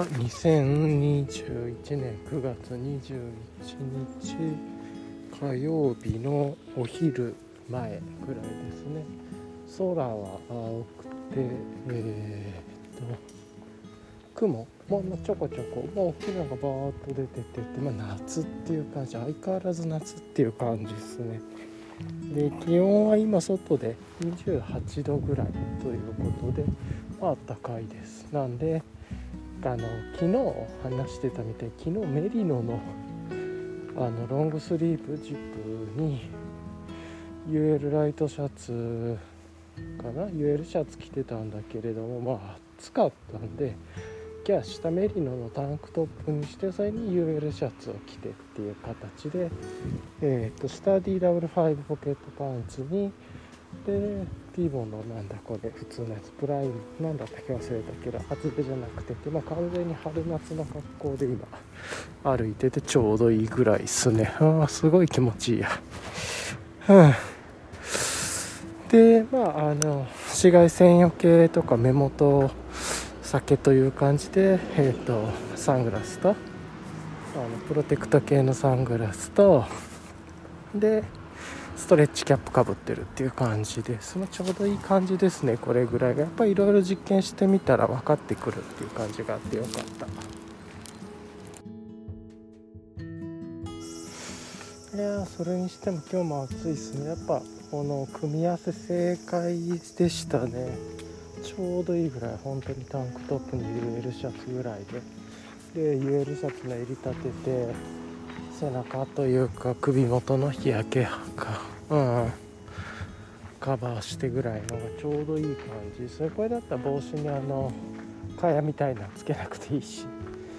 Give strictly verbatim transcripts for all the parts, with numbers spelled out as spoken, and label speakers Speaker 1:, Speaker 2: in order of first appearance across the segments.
Speaker 1: はにせんにじゅういちねんくがつにじゅういちにち火曜日のお昼前ぐらいですね。空は青くて、えー、っと雲もちょこちょこもう大きなのがバーッと出てて、まあ、夏っていう感じ、相変わらず夏っていう感じですね。で気温は今外でにじゅうはちどぐらいということで、まあ暖かいです。なんであの昨日話してたみたいに、昨日メリノのあのロングスリーブジップに ユーエル ライトシャツかな ユーエル シャツ着てたんだけれども、まあ暑かったんで、じゃあ下メリノのタンクトップにして、それに ユーエル シャツを着てっていう形で、えー、とスタディ ダブリューファイブ ポケットパンツにでピーボンのなんだこれ普通のやつプライムなんだったっけ忘れたけど厚手じゃなくて、まあ、完全に春夏の格好で今歩いててちょうどいいぐらいですね。あすごい気持ちいいや、うん、でまああの紫外線よけとか目元酒という感じで、えー、とサングラスとあのプロテクト系のサングラスとでストレッチキャップかぶってるっていう感じで、そのちょうどいい感じですね。これぐらいがやっぱりいろいろ実験してみたら分かってくるっていう感じがあってよかった。いやそれにしても今日も暑いですね。やっぱこの組み合わせ正解でしたね。ちょうどいいぐらい、本当にタンクトップに ユーエル シャツぐらいでで ユーエル シャツの襟立てて背中というか首元の日焼けか、うん、カバーしてぐらいのがちょうどいい感じですね。これだったら帽子にあの蚊帳みたいなのつけなくていいし、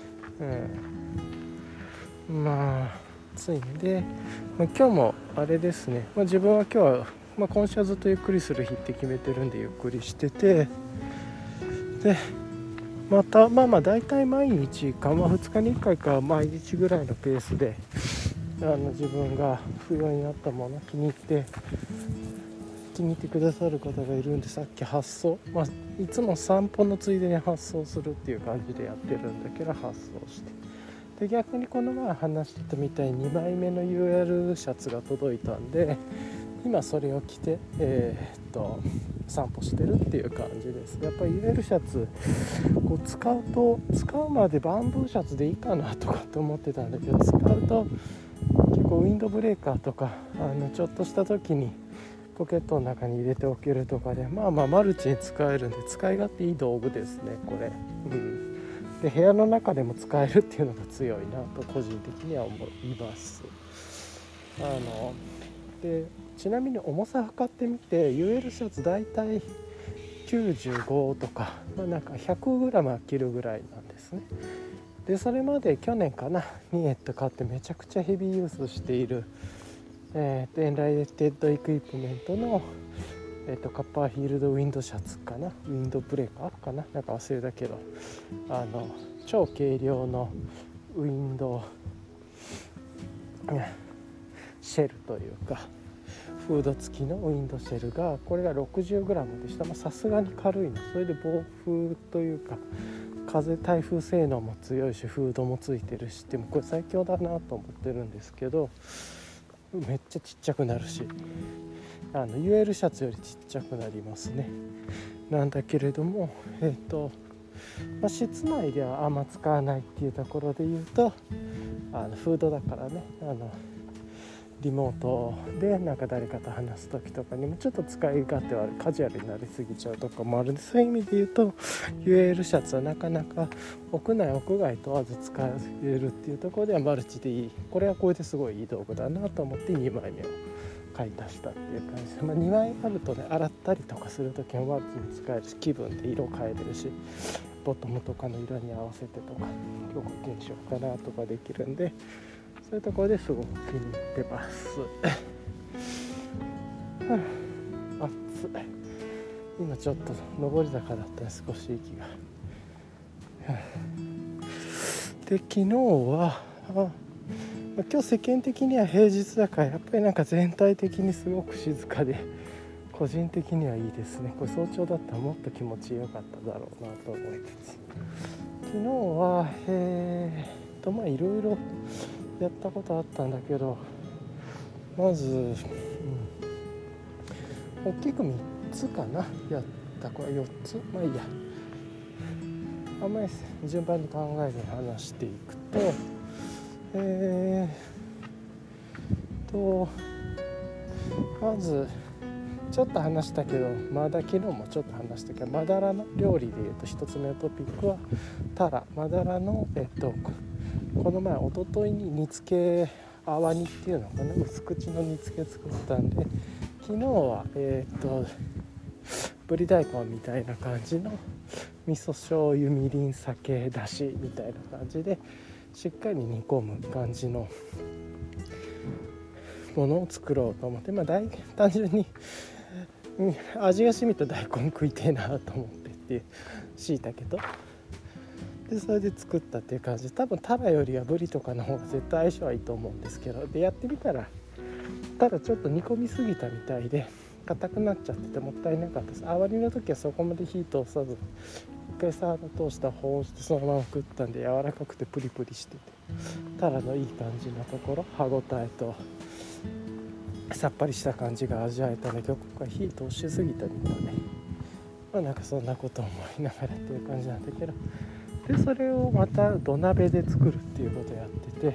Speaker 1: うん、まあ暑いんで、まあ、今日もあれですね、まあ、自分は今日は、まあ、今週はずっとゆっくりする日って決めてるんでゆっくりしてて、でまたまあまあ大体毎日か、まあ、ふつかにいっかいか毎日ぐらいのペースであの自分が不要になったもの気に入って気に入ってくださる方がいるんで、さっき発送、まあ、いつも散歩のついでに発送するっていう感じでやってるんだけど発送して、で逆にこの前話してたみたいににまいめの ユーエル シャツが届いたんで、今それを着て、えー、っと散歩してるっていう感じです。やっぱり ユーエル シャツこう使うと使うまでバンブーシャツでいいかなとかって思ってたんだけど、使うと結構ウィンドブレーカーとかあのちょっとした時にポケットの中に入れておけるとかで、まあまあマルチに使えるんで使い勝手いい道具ですねこれ、うん、で部屋の中でも使えるっていうのが強いなと個人的には思います。あのでちなみに重さ測ってみて ユーエル シャツだいたいきゅうじゅうごとか、まあ、なんか ひゃくグラム は切るぐらいなんですね。でそれまで去年かなにえっと買ってめちゃくちゃヘビーユースしている、えー、エンライテッドエクイプメントの、えー、とカッパーヒールドウィンドシャツかな、ウィンドブレーカーかな、なんか忘れたけどあの超軽量のウィンドシェルというかフード付きのウィンドシェルがこれが ろくじゅうグラム でした。さすがに軽いの。それで暴風というか風台風性能も強いしフードもついてるし、でもこれ最強だなと思ってるんですけど、めっちゃちっちゃくなるしあの ユーエル シャツよりちっちゃくなりますね。なんだけれどもえっ、ー、と、まあ、室内ではあんま使わないっていうところで言うとあのフードだからね、あのリモートでなんか誰かと話す時とかにもちょっと使い勝手はある、カジュアルになりすぎちゃうとかもあるんで、そういう意味で言うと ユーエル シャツはなかなか屋内屋外問わず使えるっていうところではマルチでいい、これはこれですごいいい道具だなと思ってにまいめを買い足したっていう感じで、まあ、にまいあるとね洗ったりとかするときもマルチに使えるし気分で色変えれるしボトムとかの色に合わせてとか今日検証かなとかできるんで、そういうところですごく気に入ってます。暑い。今ちょっと上り坂だったら少し息がで、昨日はあ今日世間的には平日だからやっぱりなんか全体的にすごく静かで個人的にはいいですね。これ早朝だったらもっと気持ちよかっただろうなと思いつつ、 昨日はえー、っとまあいろいろやったことあったんだけど、まず、うん、大きくみっつかなやったこれよっつ、まあいいや、あんまり順番に考えて話していくと、えー、とまずちょっと話したけど、まだ昨日もちょっと話したけど、マダラの料理でいうと一つ目のトピックはタラ、マダラのえっとこの前一昨日に煮付け泡煮っていうのかな、薄口の煮付け作ったんで、昨日はえっとぶり大根みたいな感じの味噌醤油みりん酒だしみたいな感じでしっかり煮込む感じのものを作ろうと思って、まあ大単純に味が染みた大根食いてえなと思ってっていうしいたけとでそれで作ったっていう感じ。多分タラよりはブリとかの方が絶対相性はいいと思うんですけど、でやってみたらただちょっと煮込みすぎたみたいで硬くなっちゃっててもったいなかったです。泡煮の時はそこまで火通さず一回サーダ通した保温してそのまま食ったんで柔らかくてプリプリしててタラのいい感じのところ、歯ごたえとさっぱりした感じが味わえたんだけど、今回火通しすぎたみたいで、まあなんかそんなこと思いながらっていう感じなんだけど、でそれをまた土鍋で作るっていうことをやってて、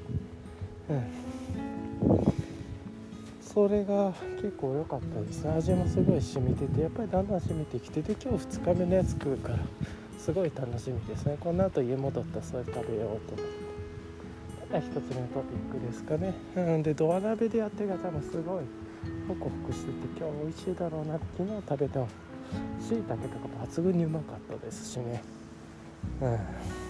Speaker 1: うんそれが結構良かったですね。味もすごい染みてて、やっぱりだんだん染みてきて、で今日ふつかめのやつ食うからすごい楽しみですね。この後家戻ったらそれ食べようと思って。一つ目のトピックですかね、うん、で土鍋でやってる方もすごいホクホクしてて今日美味しいだろうなって、昨日食べたしいたけとか抜群にうまかったですしね、うん、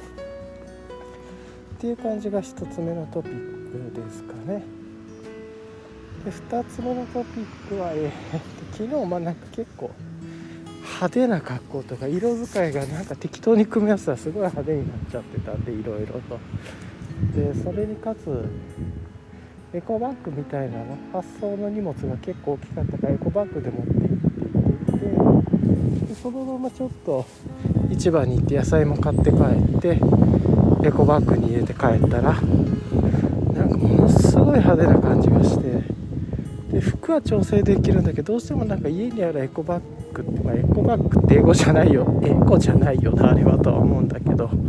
Speaker 1: っていう感じが一つ目のトピックですかね。で二つ目のトピックは、えー、昨日まあなんか結構派手な格好とか色使いがなんか適当に組み合わせたらすごい派手になっちゃってたんで、いろいろとでそれにかつエコバッグみたいなの発送の荷物が結構大きかったからエコバッグで持って行っていて、でそのままちょっと市場に行って野菜も買って帰ってエコバッグに入れて帰ったらなんかものすごい派手な感じがして、で服は調整できるんだけどどうしてもなんか家にあるエコバッグって、まあ、エコバッグって英語じゃないよエコじゃないよなあれはとは思うんだけど、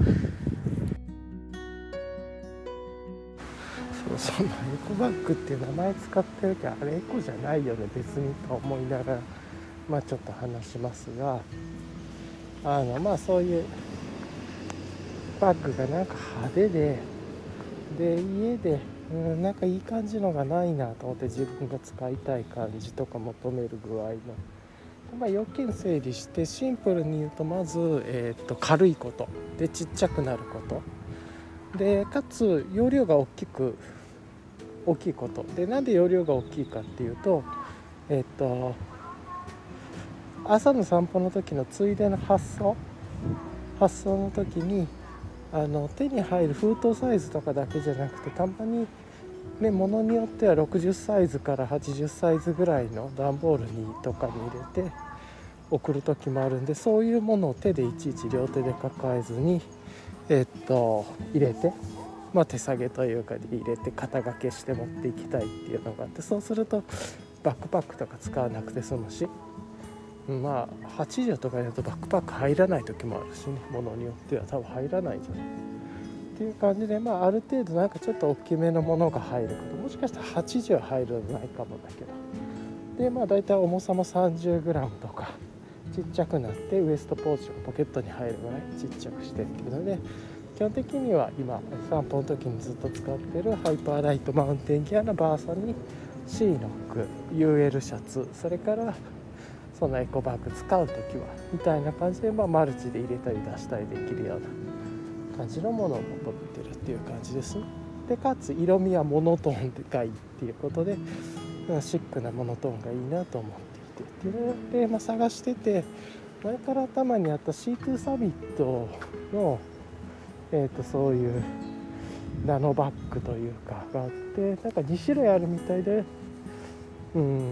Speaker 1: そんなエコバッグっていう名前使ってるからあれエコじゃないよね別にと思いながらまあちょっと話しますが、あのまあそういうバッグがなんか派手でで家で、うん、なんかいい感じのがないなと思って自分が使いたい感じとか求める具合の、まあ、要件整理してシンプルに言うとまず、えー、と軽いことでちっちゃくなることでかつ容量が大きく大きいことで、なんで容量が大きいかっていうと、えっと朝の散歩の時のついでの発送発送の時にあの手に入る封筒サイズとかだけじゃなくてたまにね物によってはろくじゅうサイズからはちじゅうサイズぐらいの段ボールにとかに入れて送る時もあるんで、そういうものを手でいちいち両手で抱えずにえっと入れて、まあ、手提げというかで入れて肩掛けして持っていきたいっていうのがあって、そうするとバックパックとか使わなくて済むし、まあはちじゅうとかだとバックパック入らない時もあるしね、ものによっては多分入らないんじゃないっていう感じで、まあある程度なんかちょっと大きめのものが入ること、もしかしたらはちじゅう入るのないかもだけど、でまあだいたい重さも さんじゅうグラム とかちっちゃくなってウエストポーチとかポケットに入るぐらいちっちゃくしてるけどね、基本的には今散歩の時にずっと使ってるハイパーライトマウンテンギアのバーサに C ノック ユーエル シャツ、それからそのエコバッグ使う時はみたいな感じで、まあ、マルチで入れたり出したりできるような感じのものを求めてるっていう感じですね。でかつ色味はモノトーンがいいっていうことでシックなモノトーンがいいなと思っていて、で、まあ、探してて前から頭にあった シーツー サミットの、えー、とそういうナノバッグというかがあって、なんかに種類あるみたいで、うん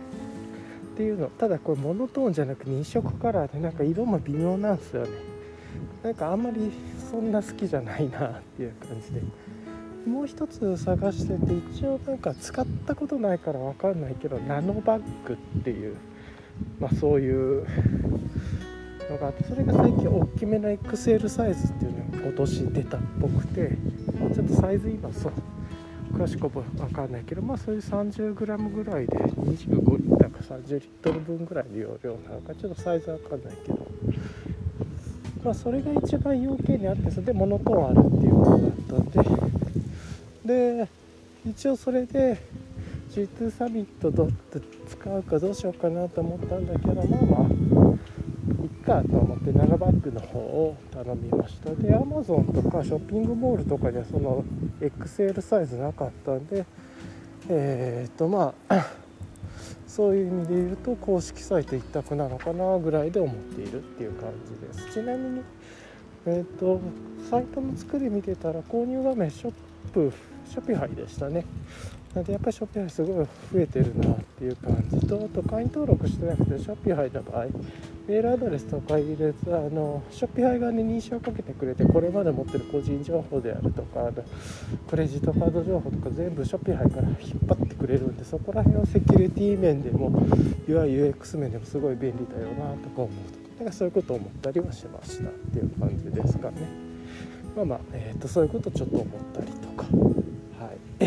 Speaker 1: っていうの、ただこれモノトーンじゃなくに色カラーでなんか色も微妙なんですよね。 なんかあんまりそんな好きじゃないなっていう感じで、もう一つ探してて、一応なんか使ったことないから分かんないけど、ナノバッグっていう、まあそういうのがあって、それが最近大きめの エックスエル サイズっていうのが今年出たっぽくて、ちょっとサイズ今そう詳しく分かんないけど、まあそういう さんじゅうグラム ぐらいでにじゅうごリッターかさんじゅうリットル分ぐらいの容量なのか、ちょっとサイズ分かんないけど、まあそれが一番要件にあって、それでモノトーンあるっていうことだったんで、で一応それで ジーツー サミットどって使うかどうしようかなと思ったんだけど、まあまあいっかと思ってナノバッグの方を頼みました。で Amazon とかショッピングモールとかではその エックスエル サイズなかったんで、えー、っとまあそういう意味で言うと公式サイト一択なのかなぐらいで思っているっていう感じです。ちなみにえー、っとサイトの作り見てたら購入画面ショップショピファイでしたね。なのでやっぱりショピファイすごい増えてるなっていう感じと、あと会員登録してなくてショピファイの場合メールアドレスとか入れず、あのショピファイ側に認証をかけてくれて、これまで持ってる個人情報であるとか、あのクレジットカード情報とか全部ショピファイから引っ張ってくれるんで、そこら辺はセキュリティ面でも ユーアイユーエックス 面でもすごい便利だよなとか思うと、なんかそういうことを思ったりはしましたっていう感じですかね。まあまあ、えー、とそういうことをちょっと思ったりとか、はい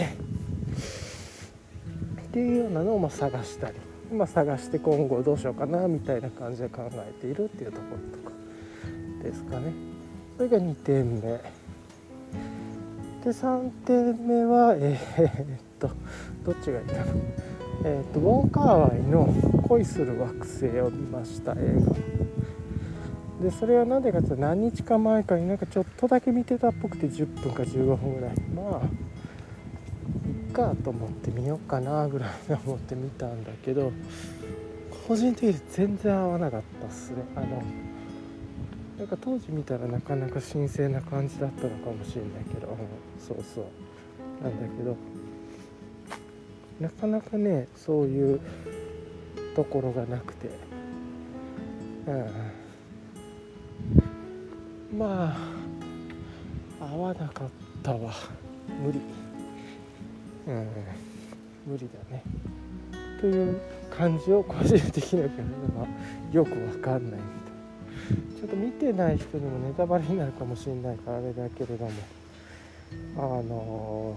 Speaker 1: っていうようなのをまあ探したり、まあ、探して今後どうしようかなみたいな感じで考えているっていうところとかですかね。それがにてんめで、さんてんめはえー、っとどっちがいいかな、えー、っとウォン・カーワイの恋する惑星を見ました、映画で。それは何でかっていうと、何日か前かになんかちょっとだけ見てたっぽくて、じゅっぷんかじゅうごふんぐらい、まあいっかと思ってみようかなぐらいで思って見たんだけど、個人的に全然合わなかったっすね。あのなんか当時見たらなかなか神聖な感じだったのかもしれないけど、うん、そうそうなんだけど、なかなかねそういうところがなくて、うん、まあ合わなかったわ、無理、うん、無理だねという感じを個人的にはよくわかんない。ちょっと見てない人にもネタバレになるかもしれないからあれだけれども、あの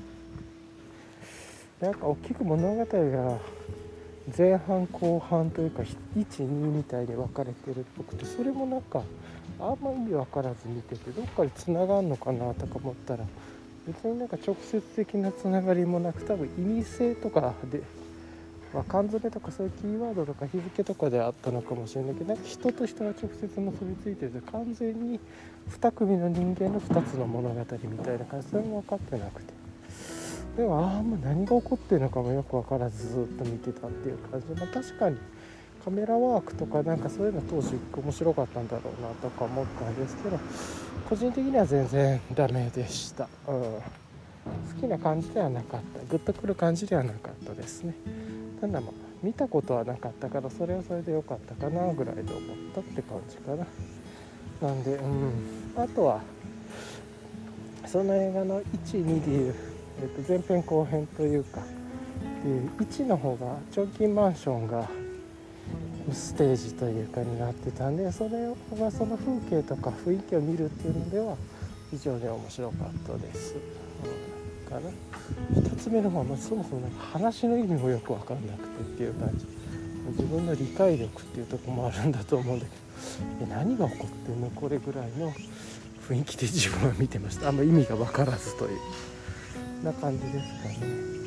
Speaker 1: ー、なんか大きく物語が前半後半というかいち、にみたいに分かれてるっぽくて、それもなんかあんま意味分からず見てて、どっかでつながんのかなとか思ったら、別になんか直接的なつながりもなく、多分意味性とかで缶詰とかそういうキーワードとか日付とかであったのかもしれないけど、なんか人と人が直接結びついてて、完全にに組の人間のふたつの物語みたいな感じ、それも分かってなくて、でもあんま何が起こってるのかもよく分からずずっと見てたっていう感じで、まあ、確かにカメラワークとかなんかそういうの当時面白かったんだろうなとか思ったんですけど、個人的には全然ダメでした、うん、好きな感じではなかった、グッとくる感じではなかったですね。ただまあ見たことはなかったから、それはそれで良かったかなぐらいで思ったって感じかな。なんで、うん、あとはその映画のいち、にでいう、えー、と前編後編というか、いちの方がチョンキンマンションがステージというかになってたんで、それはその風景とか雰囲気を見るっていうのでは非常に面白かったです、うん、かな。ふたつめの方はそもそもなんか話の意味もよく分かんなくてっていう感じ、自分の理解力っていうところもあるんだと思うんだけど、え何が起こってんのこれぐらいの雰囲気で自分は見てました。あんま意味が分からずというな感じですかね。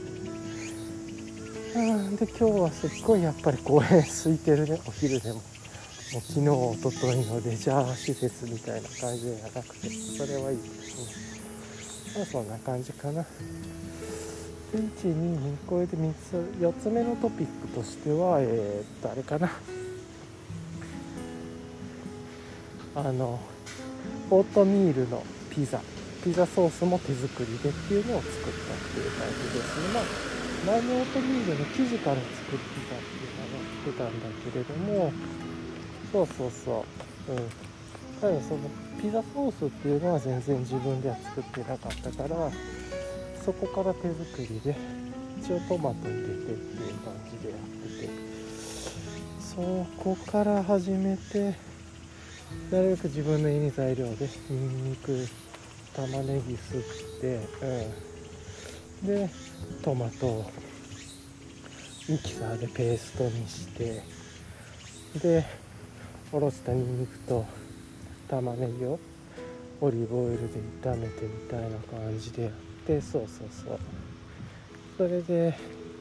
Speaker 1: で今日はすっごいやっぱり公園空いてるね。お昼でももう昨日おとといのレジャー施設みたいな感じじゃなくて、それはいいですね。まあそんな感じかな。いち、に、これでみっつ、よっつめのトピックとしてはえー、っとあれかな、あのオートミールのピザピザソースも手作りでっていうのを作ったっていう感じですね。まあ前にオートミールの生地から作るピザっていうのをやってたんだけれども、そうそうそう、うん、 だからそのピザソースっていうのは全然自分では作ってなかったから、そこから手作りで一応トマト入れてっていう感じでやってて、そこから始めて、なるべく自分の家に材料でニンニク、玉ねぎすって、うん、でトマトをミキサーでペーストにして、でおろしたニンニクと玉ねぎをオリーブオイルで炒めてみたいな感じでやって、そうそうそう、それで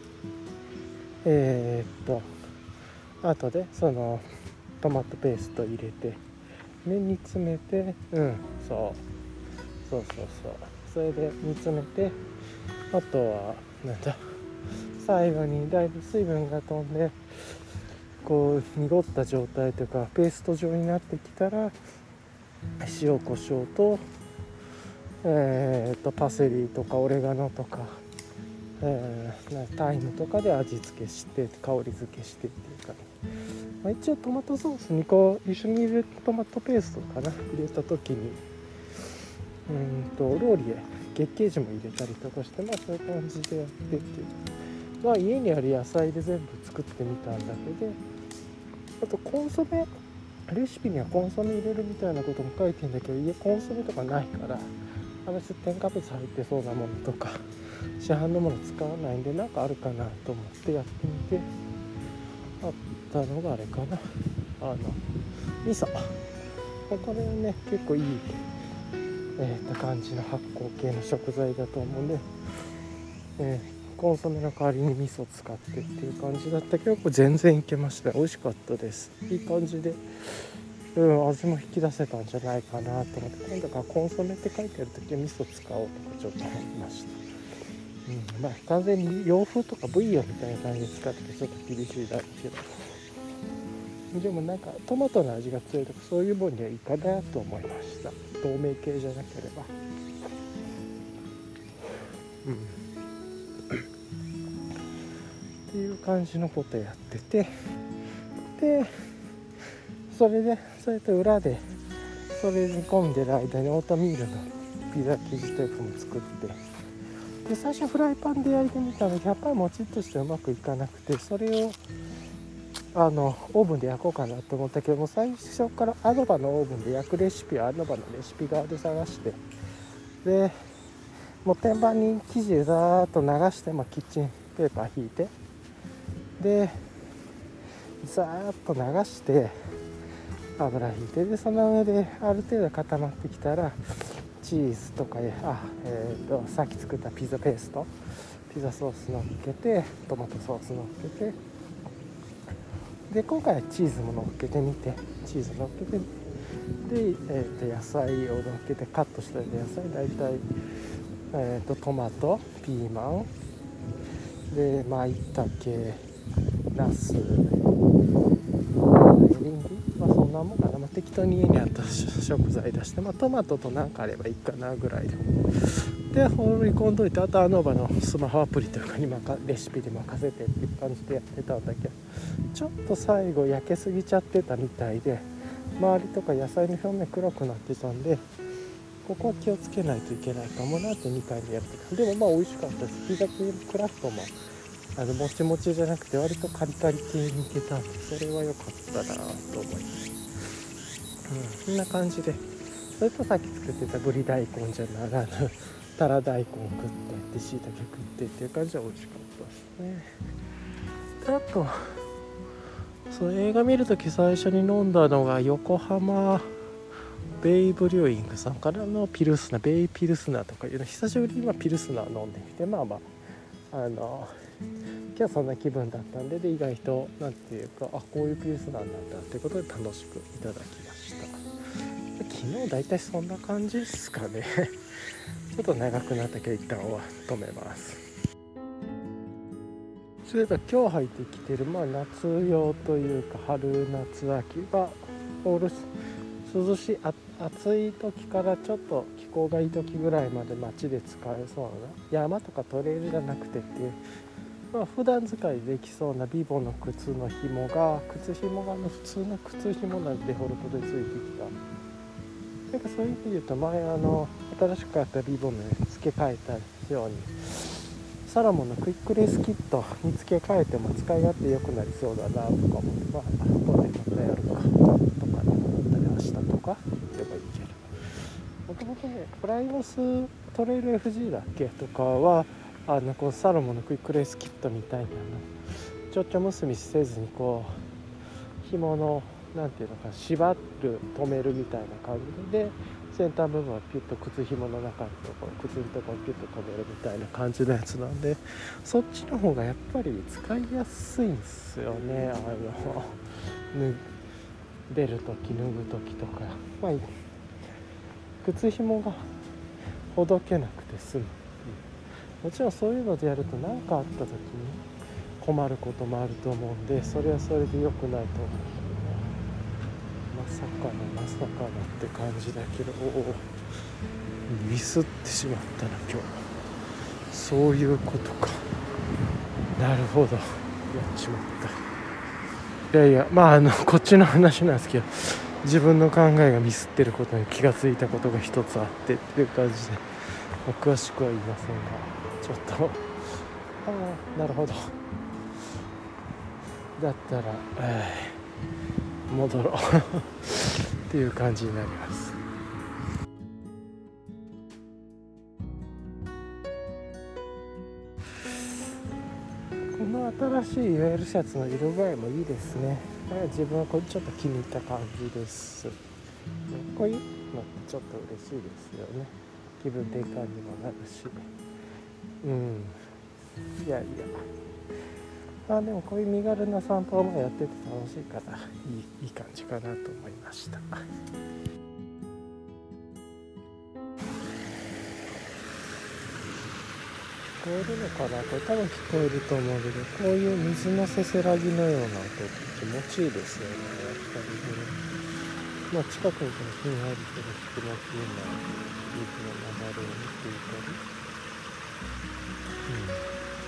Speaker 1: えー、っと後でそのトマトペースト入れて麺に詰めて、うんそうそうそうそう、それで煮詰めて、あとはなんだ、最後にだいぶ水分が飛んでこう濁った状態というかペースト状になってきたら、塩コショウとえー、とパセリとかオレガノとか、えー、タイムとかで味付けして香り付けしてっていうか、まあ、一応トマトソースにこう一緒に入れるトマトペーストかな入れた時にうんとローリエ月桂樹も入れたりとかして、まあそういう感じでやってっていう、まあ家にある野菜で全部作ってみたんだけど、あとコンソメレシピにはコンソメ入れるみたいなことも書いてんだけど、家コンソメとかないから、あの添加物入ってそうなものとか市販のもの使わないんで、なんかあるかなと思ってやってみて、あったのがあれかな、あの味噌、これはね結構いい、えー、感じの発酵系の食材だと思うんで、えー、コンソメの代わりに味噌使ってっていう感じだったけど、これ全然いけました。美味しかったです。いい感じで、うん、味も引き出せたんじゃないかなと思って、今度からコンソメって書いてあるときは味噌使おうとかちょっと思いました。うん、まあ完全に洋風とかブイヨンみたいな感じで使ってちょっと厳しいだろうけど、でもなんかトマトの味が強いとかそういうもんにはいいかなと思いました。透明系じゃなければ、うん、っていう感じのことやってて、でそれでそれと裏でそれ煮込んでる間にオートミールのピザ生地というかも作って、で最初フライパンで焼いてみたのでやっぱりもちっとしてうまくいかなくて、それをあのオーブンで焼こうかなと思ったけども、最初からアノバのオーブンで焼くレシピはアノバのレシピ側で探して、でもう天板に生地でザーッと流して、まあ、キッチンペーパー引いて、でザーッと流して油引いて、でその上である程度固まってきたらチーズとかあ、えー、とさっき作ったピザペーストピザソースのっけてトマトソースのっけて、で今回はチーズものっけてみてチーズのっけてみて、で、えー、と野菜をのっけてカットした野菜大体、えー、とトマトピーマンで舞茸ナスエリンギ、まあそんなもんかな、まあ、適当に家にあった食材出して、まあ、トマトとなんかあればいいかなぐらいでで放り込んどいて、あとアノバのスマホアプリとかにレシピで任せてっていう感じでやってたんだけど、ちょっと最後焼けすぎちゃってたみたいで、周りとか野菜の表面黒くなってたんで、ここは気をつけないといけないかもなってにかいでやってた。でもまあ美味しかったです。ピザクラフトもあのもちもちじゃなくて割とカリカリ系にいけたんで、それは良かったなと思います。うん、こんな感じで、それとさっき作ってたぶり大根じゃならぬタラ大根食ってしいたけ食ってっていう感じは美味しかったですね。であとそう映画見るとき最初に飲んだのが横浜ベイブリューイングさんからのピルスナベイピルスナとかいうの久しぶりに今ピルスナ飲んでみて、まあまああの今日そんな気分だったんで、で意外となんていうか、あこういうピルスナなんだっていうことで楽しくいただきました。昨日だいたいそんな感じですかねちょっと長くなったけど一旦は止めます。そういえば今日入ってきてる、まあ、夏用というか春夏秋はオール涼しいあ暑い時からちょっと気候がいい時ぐらいまで街で使えそうな山とかトレイルじゃなくてっていう、まあ、普段使いできそうなビボの靴の紐が靴紐がの普通の靴紐なんでデフォルトでついてきたやっぱそういう意味で言うと前あの新しく買ったリボンに付け替えたようにサロモンのクイックレースキットに付け替えても使い勝手良くなりそうだなとか思って、まあこれまたやるかとかね思ったりはしたとかでもいいけど、もともとねプライモストレイル エフジー だっけとかはあのこうサロモンのクイックレースキットみたいなのちょっちょ結びせずにこう紐のなんていうのか縛る止めるみたいな感じで先端部分はピュッと靴紐の中のところ靴のところをピュッと止めるみたいな感じのやつなんで、そっちの方がやっぱり使いやすいんですよね。あの出るとき脱ぐときとか、まあ、靴紐がほどけなくて済むっていう、もちろんそういうのでやると何かあった時に困ることもあると思うんで、それはそれで良くないと思う。まさかのまさかのって感じだけど、おおミスってしまったな今日。そういうことか、なるほど、やっちまった。いやいや、まああのこっちの話なんですけど、自分の考えがミスってることに気がついたことが一つあってっていう感じで、まあ、詳しくは言いませんが、ちょっとああなるほど、だったら、えー、戻ろうっていう感じになります。この新しいいわゆるシャツの色具合もいいですね。自分はこれちょっと気に入った感じです。こういうのちょっと嬉しいですよね。気分転換にもなるし、うんいやいや、まあでもこういう身軽な散歩もやってて楽しいからいい、いい感じかなと思いました。聞こえるのかな、これ多分聞こえると思うけど、こういう水のせせらぎのような音って気持ちいいですよね、やっぱりね。まあ近くにこのひんやりとした気持ちいいな水の流れを見ていたり、うん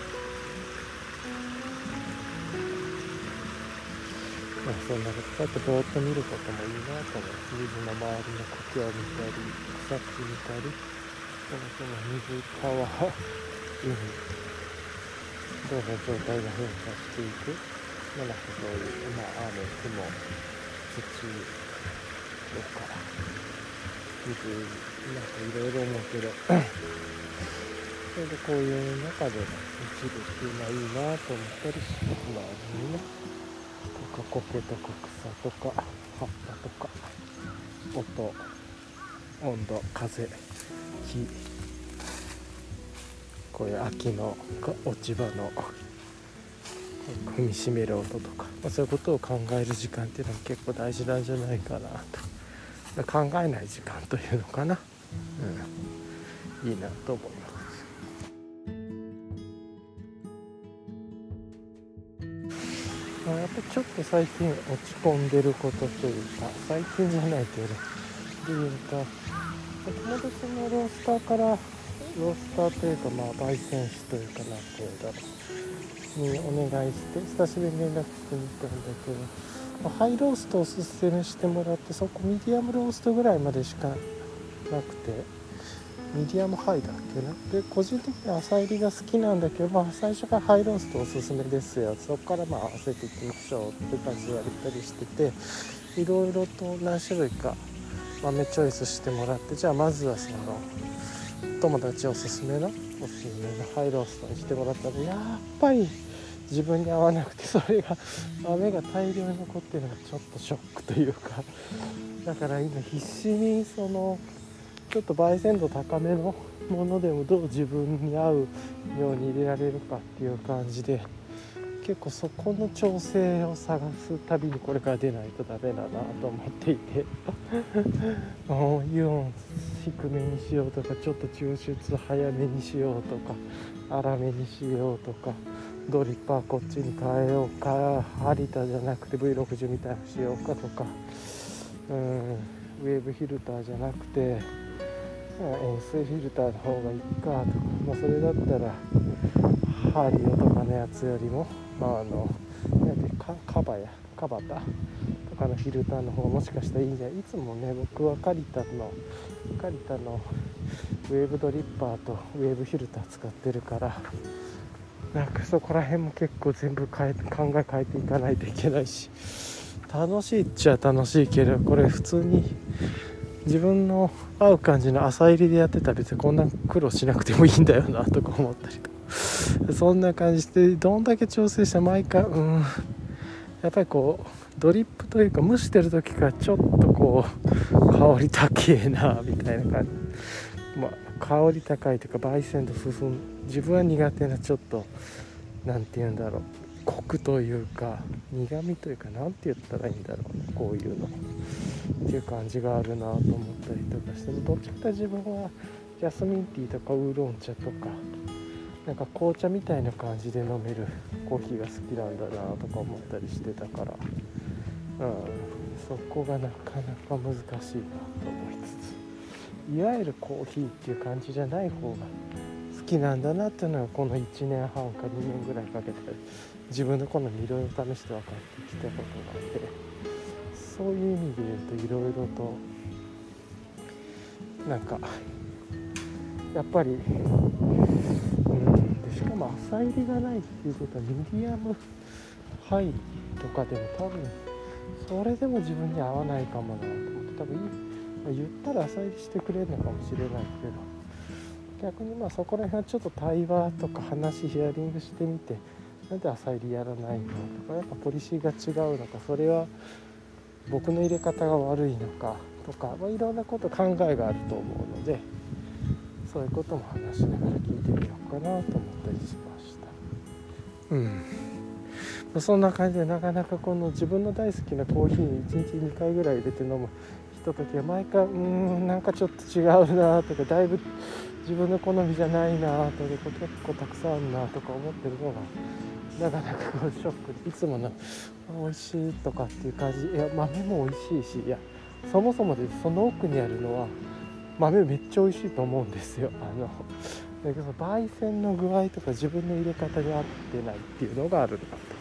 Speaker 1: まあ、そんなことこうやってぼーっと見ることもいいなと思う。水の周りの苔を見たり草木見たり、そのその水川海どうぞ状態が変化していく、まあ、なんかそういう、まあ、雨雲土とか水なんかいろいろ思うけどそれでこういう中で生きるっていうのはいいなと思ったりします。周りにねとか苔とか草とか葉っぱとか音温度風火、こういう秋の落ち葉の踏みしめる音とか、まあ、そういうことを考える時間っていうのは結構大事なんじゃないかなと、考えない時間というのかな、うん、いいなと思います。まあ、やっぱりちょっと最近落ち込んでることというか、最近じゃないけどでいうと、友達のロースターからロースターというか、まあ焙煎士というかなんていうんだろうにお願いして久しぶりに連絡してみたんだけど、まあ、ハイローストをおすすめしてもらって、そこミディアムローストぐらいまでしかなくて、ミディアムハイだっけな。で個人的には浅入りが好きなんだけど、まあ、最初からハイローストおすすめですよ、そこからまあ合わせていきましょうって感じでやれたりしてて、いろいろと何種類か豆チョイスしてもらって、じゃあまずはその友達おすすめのおすすめのハイローストにしてもらったら、やっぱり自分に合わなくて、それが豆が大量に残ってるのがちょっとショックというか、だから今必死にそのちょっと焙煎度高めのものでもどう自分に合うように入れられるかっていう感じで、結構そこの調整を探す旅にこれから出ないとダメだなと思っていてイオン低めにしようとか、ちょっと抽出早めにしようとか粗めにしようとか、ドリッパーこっちに変えようか、有田じゃなくて ブイろくじゅう みたいにしようかとか、うんウェーブフィルターじゃなくて円錐フィルターの方がいいかとか、まあ、それだったらハーリオとかのやつよりも、まあ、あのなんてカカバやカバタとかのフィルターの方がもしかしたらいいんじゃない。いつもね僕はカリタのカリタのウェーブドリッパーとウェーブフィルター使ってるから、なんかそこら辺も結構全部変え考え変えていかないといけないし、楽しいっちゃ楽しいけど、これ普通に自分の合う感じの浅入りでやってたら別にこんな苦労しなくてもいいんだよなとか思ったりとか、そんな感じでどんだけ調整した毎回うんやっぱりこうドリップというか蒸してる時からちょっとこう香り高えなみたいな感じ、まあ香り高いというか焙煎度進む、自分は苦手なちょっとなんて言うんだろう、コクというか苦味というかなんて言ったらいいんだろう、こういうのっていう感じがあるなと思ったりとかして、どっちかというと自分はジャスミンティーとかウーロン茶とかなんか紅茶みたいな感じで飲めるコーヒーが好きなんだなとか思ったりしてたから、うん、そこがなかなか難しいなと思いつつ、いわゆるコーヒーっていう感じじゃない方が好きなんだなっていうのがこのいちねんはんかにねんぐらいかけて自分の好みいろいろ試して分かってきたことなんで、そういう意味で言うといろいろとなんかやっぱり、うん、でしかも浅入りがないっていうことはミディアムハイとかでも多分それでも自分に合わないかもなと思って、多分いい、まあ、言ったら浅入りしてくれるのかもしれないけど、逆にまあそこら辺はちょっと対話とか話ヒアリングしてみて、なんで浅入りやらないのとか、やっぱポリシーが違うのか、それは僕の入れ方が悪いのかとか、まあ、いろんなこと考えがあると思うので、そういうことも話しながら聞いてみようかなと思ったりしました。うん、そんな感じでなかなかこの自分の大好きなコーヒーにいちにちにかいぐらい入れて飲むひとときは毎回うーんなんかちょっと違うなとか、だいぶ自分の好みじゃないなとか結構たくさんあるなとか思ってるのがなかなかこうショックで、いつもの美味しいとかっていう感じ、いや豆も美味しいし、いやそもそもでその奥にあるのは豆めっちゃ美味しいと思うんですよ。あのだけど焙煎の具合とか自分の入れ方に合ってないっていうのがあるなと